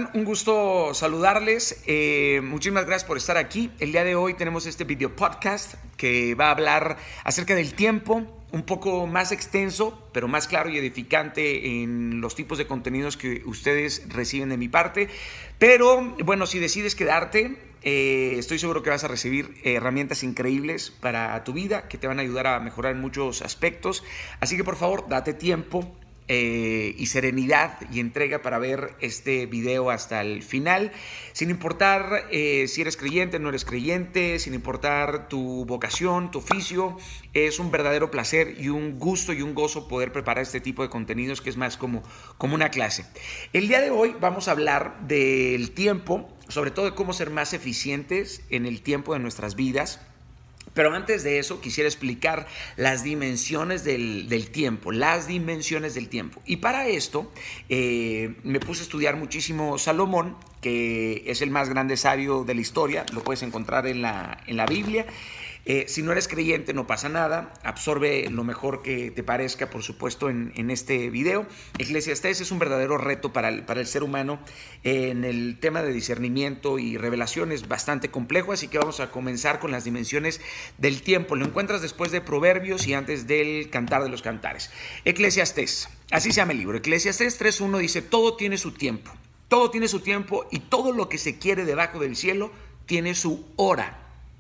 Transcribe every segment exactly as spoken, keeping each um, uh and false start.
Un gusto saludarles, eh, muchísimas gracias por estar aquí. El día de hoy tenemos este video podcast que va a hablar acerca del tiempo, un poco más extenso, pero más claro y edificante en los tipos de contenidos que ustedes reciben de mi parte. Pero bueno, si decides quedarte, eh, estoy seguro que vas a recibir herramientas increíbles para tu vida que te van a ayudar a mejorar en muchos aspectos. Así que por favor, date tiempo. Eh, y serenidad y entrega para ver este video hasta el final, sin importar eh, si eres creyente o no eres creyente, sin importar tu vocación, tu oficio. Es un verdadero placer y un gusto y un gozo poder preparar este tipo de contenidos que es más como, como una clase. El día de hoy vamos a hablar del tiempo, sobre todo de cómo ser más eficientes en el tiempo de nuestras vidas. Pero antes de eso quisiera explicar las dimensiones del, del tiempo, las dimensiones del tiempo. Y para esto eh, me puse a estudiar muchísimo Salomón, que es el más grande sabio de la historia, lo puedes encontrar en la, en la Biblia. Eh, si no eres creyente no pasa nada, absorbe lo mejor que te parezca, por supuesto, en, en este video. Eclesiastés es un verdadero reto para el, para el ser humano en el tema de discernimiento y revelación, es bastante complejo, así que vamos a comenzar con las dimensiones del tiempo. Lo encuentras después de Proverbios y antes del Cantar de los Cantares. Eclesiastés, así se llama el libro. Eclesiastés tres uno dice: todo tiene su tiempo, todo tiene su tiempo y todo lo que se quiere debajo del cielo tiene su hora.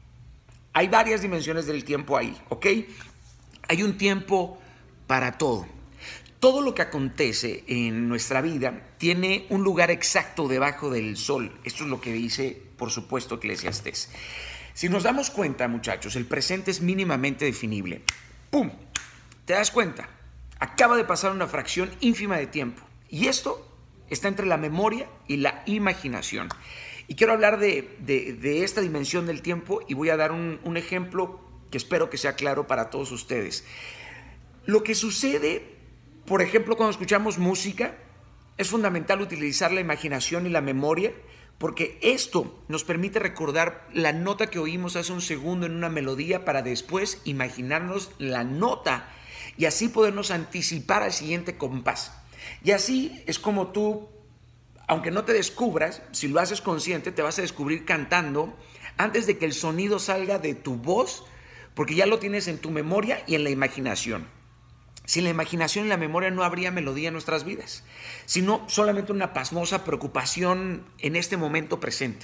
Hay varias dimensiones del tiempo ahí, ¿ok? Hay un tiempo para todo. Todo lo que acontece en nuestra vida tiene un lugar exacto debajo del sol. Esto es lo que dice, por supuesto, Eclesiastés. Si nos damos cuenta, muchachos, el presente es mínimamente definible. ¡Pum! ¿Te das cuenta? Acaba de pasar una fracción ínfima de tiempo. Y esto está entre la memoria y la imaginación. Y quiero hablar de, de, de esta dimensión del tiempo y voy a dar un, un ejemplo que espero que sea claro para todos ustedes. Lo que sucede, por ejemplo, cuando escuchamos música, es fundamental utilizar la imaginación y la memoria, porque esto nos permite recordar la nota que oímos hace un segundo en una melodía para después imaginarnos la nota y así podernos anticipar al siguiente compás. Y así es como tú, aunque no te descubras, si lo haces consciente, te vas a descubrir cantando antes de que el sonido salga de tu voz, porque ya lo tienes en tu memoria y en la imaginación. Sin la imaginación y la memoria no habría melodía en nuestras vidas, sino solamente una pasmosa preocupación en este momento presente.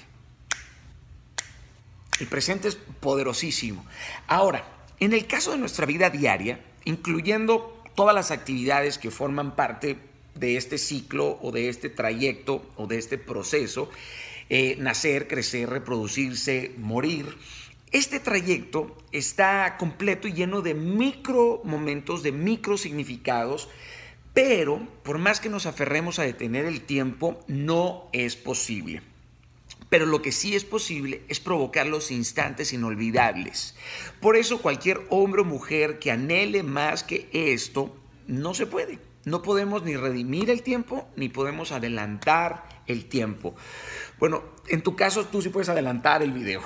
El presente es poderosísimo. Ahora, en el caso de nuestra vida diaria, incluyendo todas las actividades que forman parte de este ciclo o de este trayecto o de este proceso, eh, nacer, crecer, reproducirse, morir. Este trayecto está completo y lleno de micro momentos, de micro significados, pero por más que nos aferremos a detener el tiempo, no es posible. Pero lo que sí es posible es provocar los instantes inolvidables. Por eso cualquier hombre o mujer que anhele más que esto, no se puede. No podemos ni redimir el tiempo, ni podemos adelantar el tiempo. Bueno, en tu caso tú sí puedes adelantar el video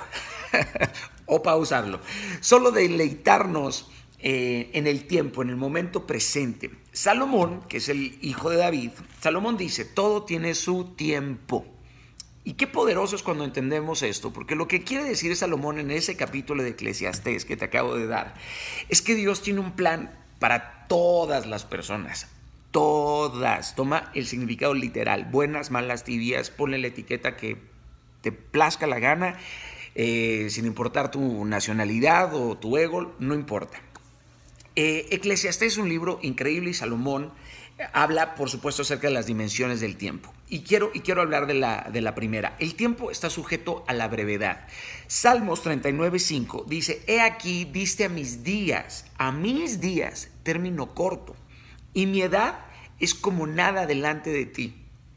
o pausarlo. Solo deleitarnos eh, en el tiempo, en el momento presente. Salomón, que es el hijo de David, Salomón dice: todo tiene su tiempo. Y qué poderoso es cuando entendemos esto, porque lo que quiere decir Salomón en ese capítulo de Eclesiastés que te acabo de dar, es que Dios tiene un plan para todas las personas. Todas, toma el significado literal, buenas, malas, tibias, ponle la etiqueta que te plazca la gana, eh, sin importar tu nacionalidad o tu ego, no importa. Eh, Eclesiastés es un libro increíble y Salomón habla, por supuesto, acerca de las dimensiones del tiempo. Y quiero, y quiero hablar de la, de la primera. El tiempo está sujeto a la brevedad. Salmos treinta y nueve cinco dice: he aquí, diste a mis días, a mis días, término corto, y mi edad es como nada delante de ti.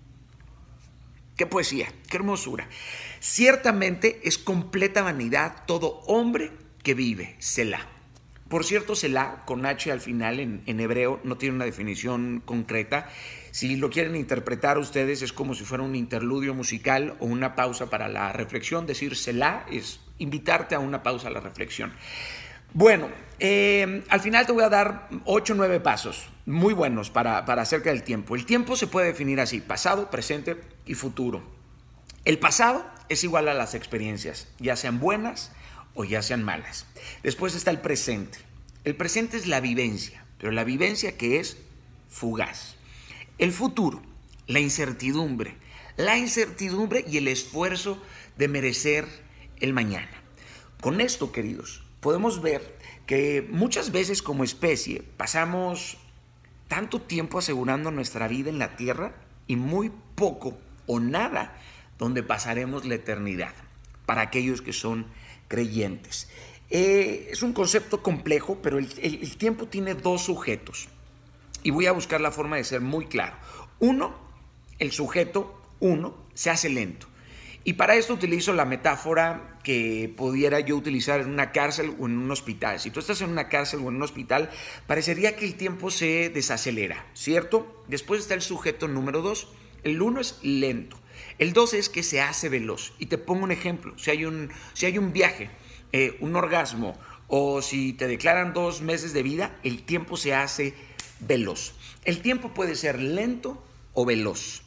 Qué poesía, qué hermosura. Ciertamente es completa vanidad todo hombre que vive. Selah. Por cierto, Selah, con H al final en, en hebreo, no tiene una definición concreta. Si lo quieren interpretar ustedes, es como si fuera un interludio musical o una pausa para la reflexión. Decir Selah es invitarte a una pausa a la reflexión. Bueno, eh, al final te voy a dar ocho o nueve pasos muy buenos para, para acerca del tiempo. El tiempo se puede definir así: pasado, presente y futuro. El pasado es igual a las experiencias, ya sean buenas o ya sean malas. Después está el presente. El presente es la vivencia, pero la vivencia que es fugaz. El futuro, la incertidumbre. La incertidumbre y el esfuerzo de merecer el mañana. Con esto, queridos, podemos ver que muchas veces como especie pasamos tanto tiempo asegurando nuestra vida en la tierra y muy poco o nada donde pasaremos la eternidad, para aquellos que son creyentes. Eh, es un concepto complejo, pero el, el, el tiempo tiene dos sujetos y voy a buscar la forma de ser muy claro. Uno, el sujeto, uno, se hace lento. Y para esto utilizo la metáfora que pudiera yo utilizar en una cárcel o en un hospital. Si tú estás en una cárcel o en un hospital, parecería que el tiempo se desacelera, ¿cierto? Después está el sujeto número dos. El uno es lento. El dos es que se hace veloz. Y te pongo un ejemplo. Si hay un, si hay un viaje, eh, un orgasmo, o si te declaran dos meses de vida, el tiempo se hace veloz. El tiempo puede ser lento o veloz.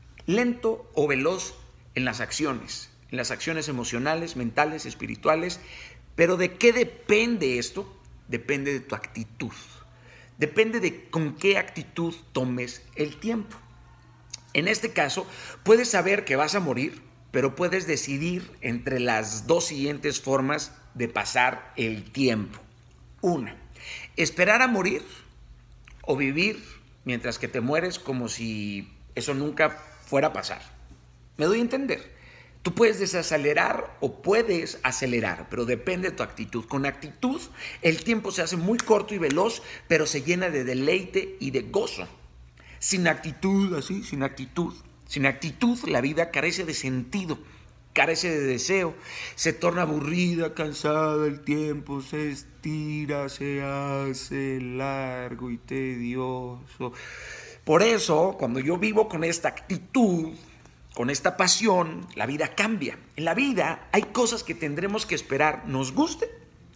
Lento o veloz en las acciones, en las acciones emocionales, mentales, espirituales. Pero ¿de qué depende esto? Depende de tu actitud. Depende de con qué actitud tomes el tiempo. En este caso, puedes saber que vas a morir, pero puedes decidir entre las dos siguientes formas de pasar el tiempo. Una, esperar a morir o vivir mientras que te mueres como si eso nunca fuera a pasar. ¿Me doy a entender? Tú puedes desacelerar o puedes acelerar, pero depende de tu actitud. Con actitud, el tiempo se hace muy corto y veloz, pero se llena de deleite y de gozo. Sin actitud, así, sin actitud. Sin actitud, la vida carece de sentido, carece de deseo, se torna aburrida, cansada, el tiempo se estira, se hace largo y tedioso. Por eso, cuando yo vivo con esta actitud, con esta pasión, la vida cambia. En la vida hay cosas que tendremos que esperar, nos guste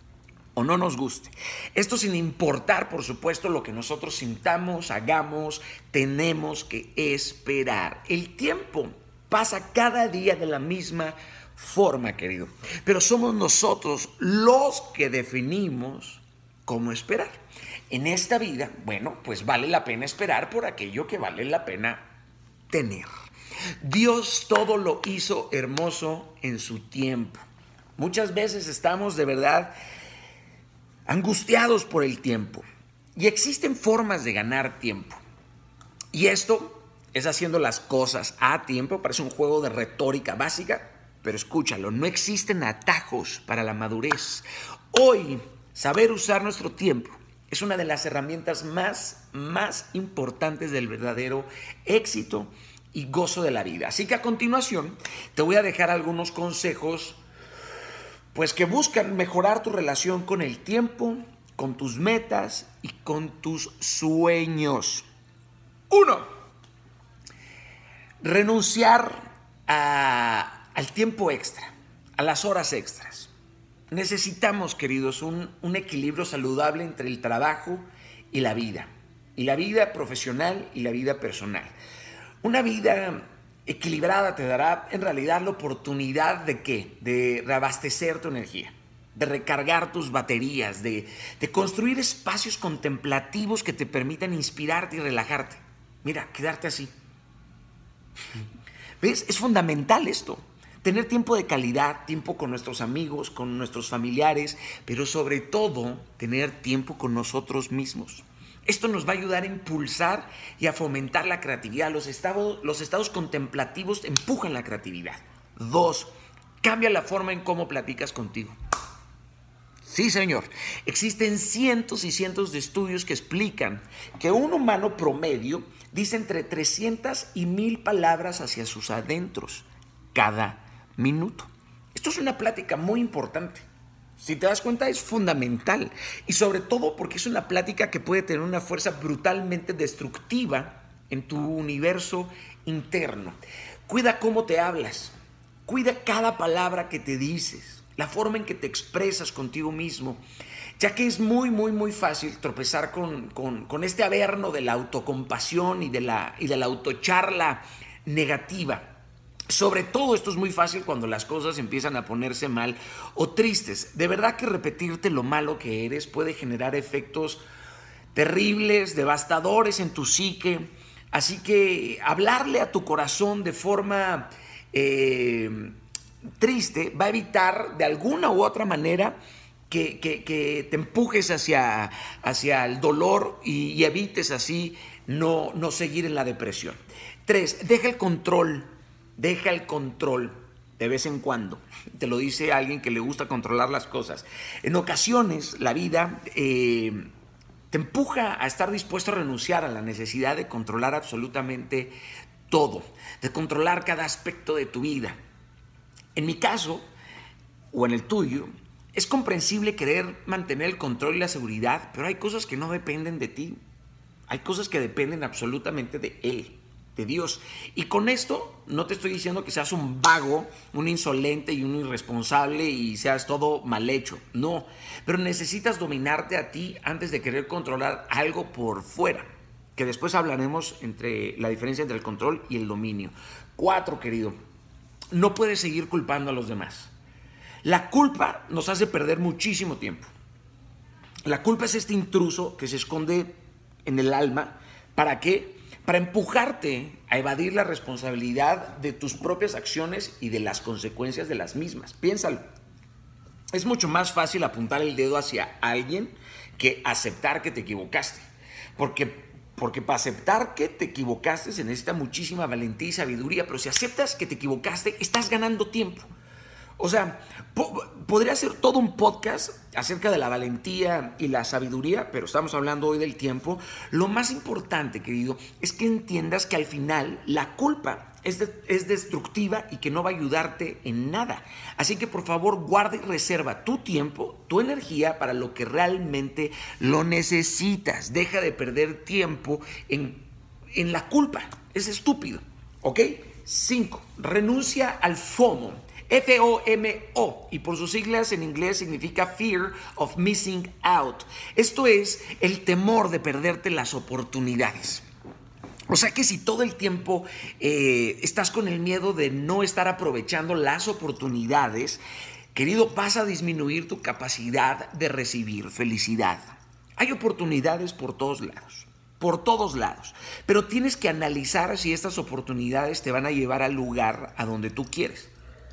o no nos guste. Esto sin importar, por supuesto, lo que nosotros sintamos, hagamos, tenemos que esperar. El tiempo pasa cada día de la misma forma, querido. Pero somos nosotros los que definimos cómo esperar. En esta vida, bueno, pues vale la pena esperar por aquello que vale la pena tener. Dios todo lo hizo hermoso en su tiempo. Muchas veces estamos de verdad angustiados por el tiempo. Y existen formas de ganar tiempo. Y esto es haciendo las cosas a tiempo. Parece un juego de retórica básica, pero escúchalo, no existen atajos para la madurez. Hoy, saber usar nuestro tiempo es una de las herramientas más, más importantes del verdadero éxito y gozo de la vida. Así que a continuación te voy a dejar algunos consejos pues que buscan mejorar tu relación con el tiempo, con tus metas y con tus sueños. Uno, renunciar a, al tiempo extra, a las horas extras. Necesitamos, queridos, un, un equilibrio saludable entre el trabajo y la vida, y la vida profesional y la vida personal. Una vida equilibrada te dará en realidad la oportunidad de ¿qué? De reabastecer tu energía, de recargar tus baterías, de, de construir espacios contemplativos que te permitan inspirarte y relajarte. Mira, quedarte así. ¿Ves? Es fundamental esto. Tener tiempo de calidad, tiempo con nuestros amigos, con nuestros familiares, pero sobre todo tener tiempo con nosotros mismos. Esto nos va a ayudar a impulsar y a fomentar la creatividad. Los estados, los estados contemplativos empujan la creatividad. Dos, cambia la forma en cómo platicas contigo. Sí, señor. Existen cientos y cientos de estudios que explican que un humano promedio dice entre trescientas y mil palabras hacia sus adentros cada minuto. Esto es una plática muy importante. Si te das cuenta, es fundamental. Y sobre todo porque es una plática que puede tener una fuerza brutalmente destructiva en tu universo interno. Cuida cómo te hablas. Cuida cada palabra que te dices. La forma en que te expresas contigo mismo. ya que es muy, muy, muy fácil tropezar con, con, con este averno de la autocompasión y de la, y de la autocharla negativa. Sobre todo esto es muy fácil cuando las cosas empiezan a ponerse mal o tristes. De verdad que repetirte lo malo que eres puede generar efectos terribles, devastadores en tu psique. Así que hablarle a tu corazón de forma eh, triste va a evitar de alguna u otra manera que, que, que te empujes hacia, hacia el dolor y, y evites así no, no seguir en la depresión. Tres, deja el control. Deja el control de vez en cuando. Te lo dice alguien que le gusta controlar las cosas. En ocasiones la vida eh, te empuja a estar dispuesto a renunciar a la necesidad de controlar absolutamente todo, de controlar cada aspecto de tu vida. En mi caso, o en el tuyo, es comprensible querer mantener el control y la seguridad, pero hay cosas que no dependen de ti. Hay cosas que dependen absolutamente de Él, de Dios. Y con esto no te estoy diciendo que seas un vago, un insolente y un irresponsable y seas todo mal hecho. No, pero necesitas dominarte a ti antes de querer controlar algo por fuera, que después hablaremos entre la diferencia entre el control y el dominio. Cuatro, querido, no puedes seguir culpando a los demás. La culpa nos hace perder muchísimo tiempo. La culpa es este intruso que se esconde en el alma. ¿Para qué? Para empujarte a evadir la responsabilidad de tus propias acciones y de las consecuencias de las mismas. Piénsalo. Es mucho más fácil apuntar el dedo hacia alguien que aceptar que te equivocaste. Porque, porque para aceptar que te equivocaste se necesita muchísima valentía y sabiduría, pero si aceptas que te equivocaste, estás ganando tiempo. O sea, po- podría ser todo un podcast acerca de la valentía y la sabiduría, pero estamos hablando hoy del tiempo. Lo más importante, querido, es que entiendas que al final la culpa es, de- es destructiva y que no va a ayudarte en nada. Así que por favor guarda y reserva tu tiempo, tu energía para lo que realmente lo necesitas. Deja de perder tiempo en, en la culpa. Es estúpido, ¿ok? Cinco, renuncia al FOMO. F O M O, y por sus siglas en inglés significa Fear of Missing Out. Esto es el temor de perderte las oportunidades. O sea que si todo el tiempo eh, estás con el miedo de no estar aprovechando las oportunidades, querido, vas a disminuir tu capacidad de recibir felicidad. Hay oportunidades por todos lados. Por todos lados, pero tienes que analizar si estas oportunidades te van a llevar al lugar a donde tú quieres.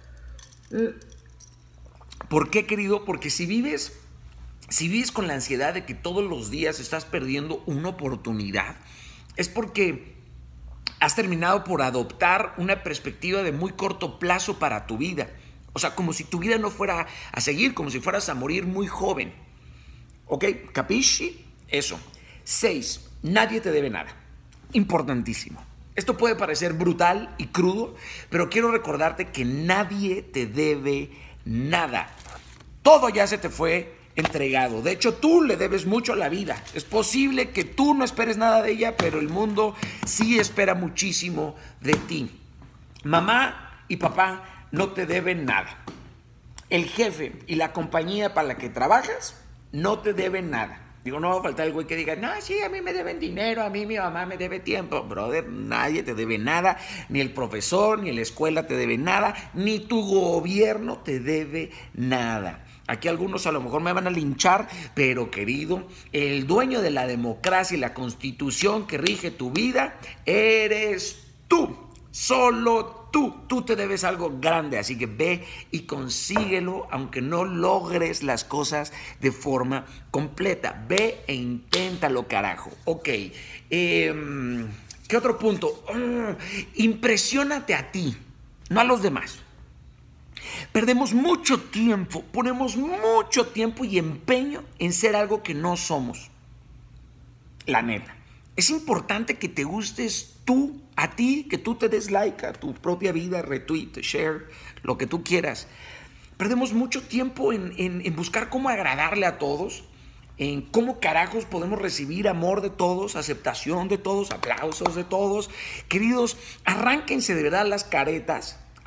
¿Por qué, querido? Porque si vives, si vives con la ansiedad de que todos los días estás perdiendo una oportunidad, es porque has terminado por adoptar una perspectiva de muy corto plazo para tu vida. O sea, como si tu vida no fuera a seguir, como si fueras a morir muy joven. ¿Ok? ¿Capisci? Eso. Seis, nadie te debe nada. Importantísimo. Esto puede parecer brutal y crudo, pero quiero recordarte que nadie te debe nada. Todo ya se te fue entregado. De hecho, tú le debes mucho a la vida. Es posible que tú no esperes nada de ella, pero el mundo sí espera muchísimo de ti. Mamá y papá no te deben nada. El jefe y la compañía para la que trabajas no te deben nada. Digo, no va a faltar el güey que diga, no, sí, a mí me deben dinero, a mí mi mamá me debe tiempo. Brother, nadie te debe nada, ni el profesor, ni la escuela te debe nada, ni tu gobierno te debe nada. Aquí algunos a lo mejor me van a linchar, pero querido, el dueño de la democracia y la constitución que rige tu vida eres tú, solo tú. Tú te debes algo grande, así que ve y consíguelo, aunque no logres las cosas de forma completa. Ve e inténtalo, carajo. Ok, eh, ¿qué otro punto? Oh, impresiónate a ti, no a los demás. Perdemos mucho tiempo, ponemos mucho tiempo y empeño en ser algo que no somos. La neta. Es importante que te gustes tú, a ti, que tú te des like a tu propia vida, retweet, share, lo que tú quieras. Perdemos mucho tiempo en, en, en buscar cómo agradarle a todos, en cómo carajos podemos recibir amor de todos, aceptación de todos, aplausos de todos. Queridos, arránquense de verdad las caretas.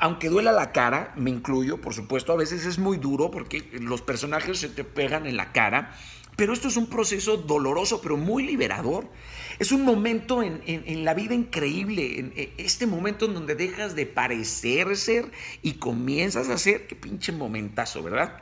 aunque duela la cara, me incluyo, por supuesto, a veces es muy duro porque los personajes se te pegan en la cara, pero esto es un proceso doloroso, pero muy liberador. Es un momento en, en, en la vida increíble, en, en este momento en donde dejas de parecer ser y comienzas a ser. Qué pinche momentazo, ¿verdad?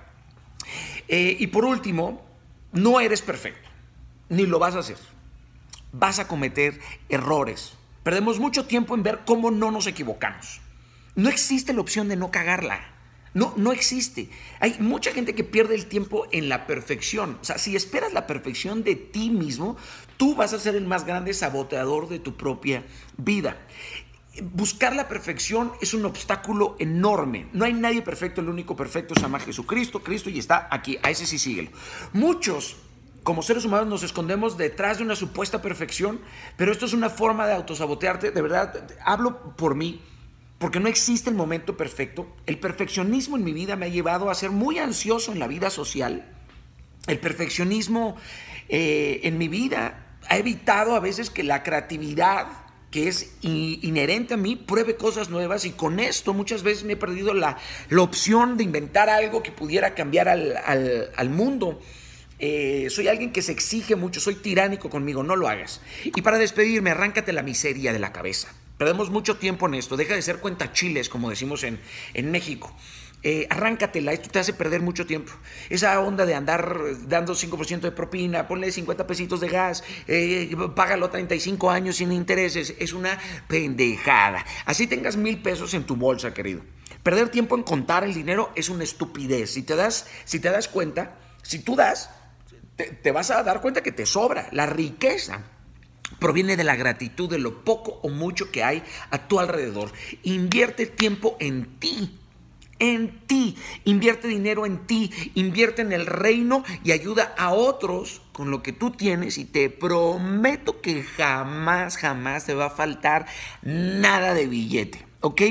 Eh, y por último, no eres perfecto, ni lo vas a hacer. Vas a cometer errores. Perdemos mucho tiempo en ver cómo no nos equivocamos. No existe la opción de no cagarla. No, no existe. Hay mucha gente que pierde el tiempo en la perfección. O sea, si esperas la perfección de ti mismo, tú vas a ser el más grande saboteador de tu propia vida. Buscar la perfección es un obstáculo enorme. No hay nadie perfecto, el único perfecto se llama Jesucristo, Cristo, y está aquí. A ese sí síguelo. Muchos, como seres humanos, nos escondemos detrás de una supuesta perfección, pero esto es una forma de autosabotearte. De verdad, hablo por mí, porque no existe el momento perfecto. El perfeccionismo en mi vida me ha llevado a ser muy ansioso en la vida social. El perfeccionismo eh, en mi vida ha evitado a veces que la creatividad, que es inherente a mí, pruebe cosas nuevas, y con esto muchas veces me he perdido la, la opción de inventar algo que pudiera cambiar al, al, al mundo. Eh, soy alguien que se exige mucho, soy tiránico conmigo, no lo hagas. Y para despedirme, arráncate la miseria de la cabeza. Perdemos mucho tiempo en esto, deja de ser cuentachiles, como decimos en, en México. Eh, arráncatela, esto te hace perder mucho tiempo. Esa onda de andar dando cinco por ciento de propina, ponle cincuenta pesitos de gas, eh, págalo treinta y cinco años sin intereses, es una pendejada. Así tengas mil pesos en tu bolsa, querido. Perder tiempo en contar el dinero es una estupidez. Si te das, si te das cuenta, si tú das, te, te vas a dar cuenta que te sobra. La riqueza proviene de la gratitud de lo poco o mucho que hay a tu alrededor. Invierte tiempo en ti. En ti, invierte dinero en ti, invierte en el reino y ayuda a otros con lo que tú tienes, y te prometo que jamás, jamás te va a faltar nada de billete, ¿ok?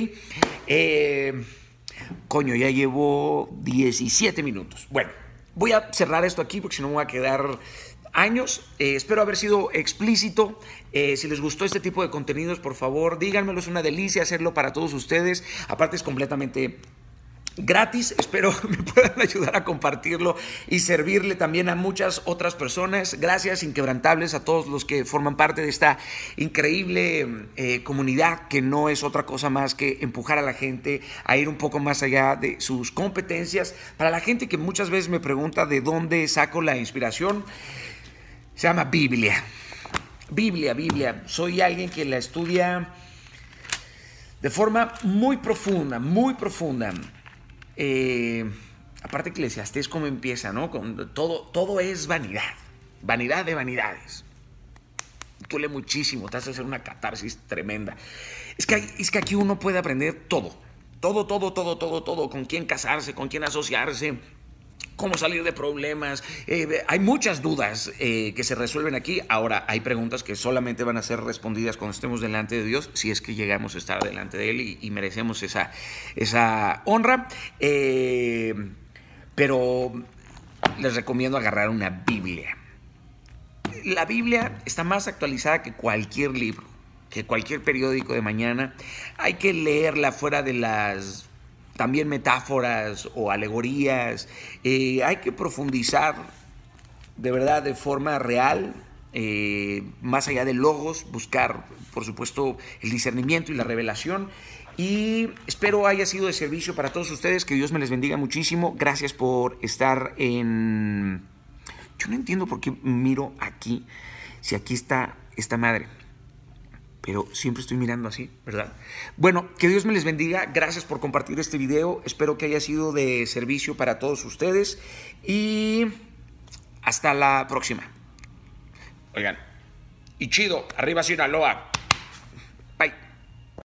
Eh, coño, ya llevo diecisiete minutos. Bueno, voy a cerrar esto aquí porque si no me voy a quedar años. Eh, espero haber sido explícito. Eh, si les gustó este tipo de contenidos, por favor, díganmelo. Es una delicia hacerlo para todos ustedes. Aparte es completamente gratis. Espero me puedan ayudar a compartirlo y servirle también a muchas otras personas. Gracias inquebrantables a todos los que forman parte de esta increíble eh, comunidad, que no es otra cosa más que empujar a la gente a ir un poco más allá de sus competencias. Para la gente que muchas veces me pregunta de dónde saco la inspiración, se llama Biblia. Biblia, Biblia. Soy alguien que la estudia de forma muy profunda, muy profunda. Eh, aparte Eclesiastés cómo empieza, ¿no? Con todo, todo es vanidad, vanidad de vanidades. Duele muchísimo, te hace hacer una catarsis tremenda. Es que, hay, es que aquí uno puede aprender todo, todo, todo, todo, todo, todo, con quién casarse, con quién asociarse, cómo salir de problemas. Eh, hay muchas dudas eh, que se resuelven aquí. Ahora, hay preguntas que solamente van a ser respondidas cuando estemos delante de Dios, si es que llegamos a estar delante de Él y, y merecemos esa, esa honra. Eh, pero les recomiendo agarrar una Biblia. La Biblia está más actualizada que cualquier libro, que cualquier periódico de mañana. Hay que leerla fuera de las también metáforas o alegorías. Eh, hay que profundizar de verdad de forma real, eh, más allá de logos, buscar, por supuesto, el discernimiento y la revelación. Y espero haya sido de servicio para todos ustedes. Que Dios me les bendiga muchísimo. Gracias por estar en... Yo no entiendo por qué miro aquí, si aquí está esta madre, pero siempre estoy mirando así, ¿verdad? Bueno, que Dios me les bendiga. Gracias por compartir este video. Espero que haya sido de servicio para todos ustedes. Y hasta la próxima. Oigan, y chido, arriba Sinaloa.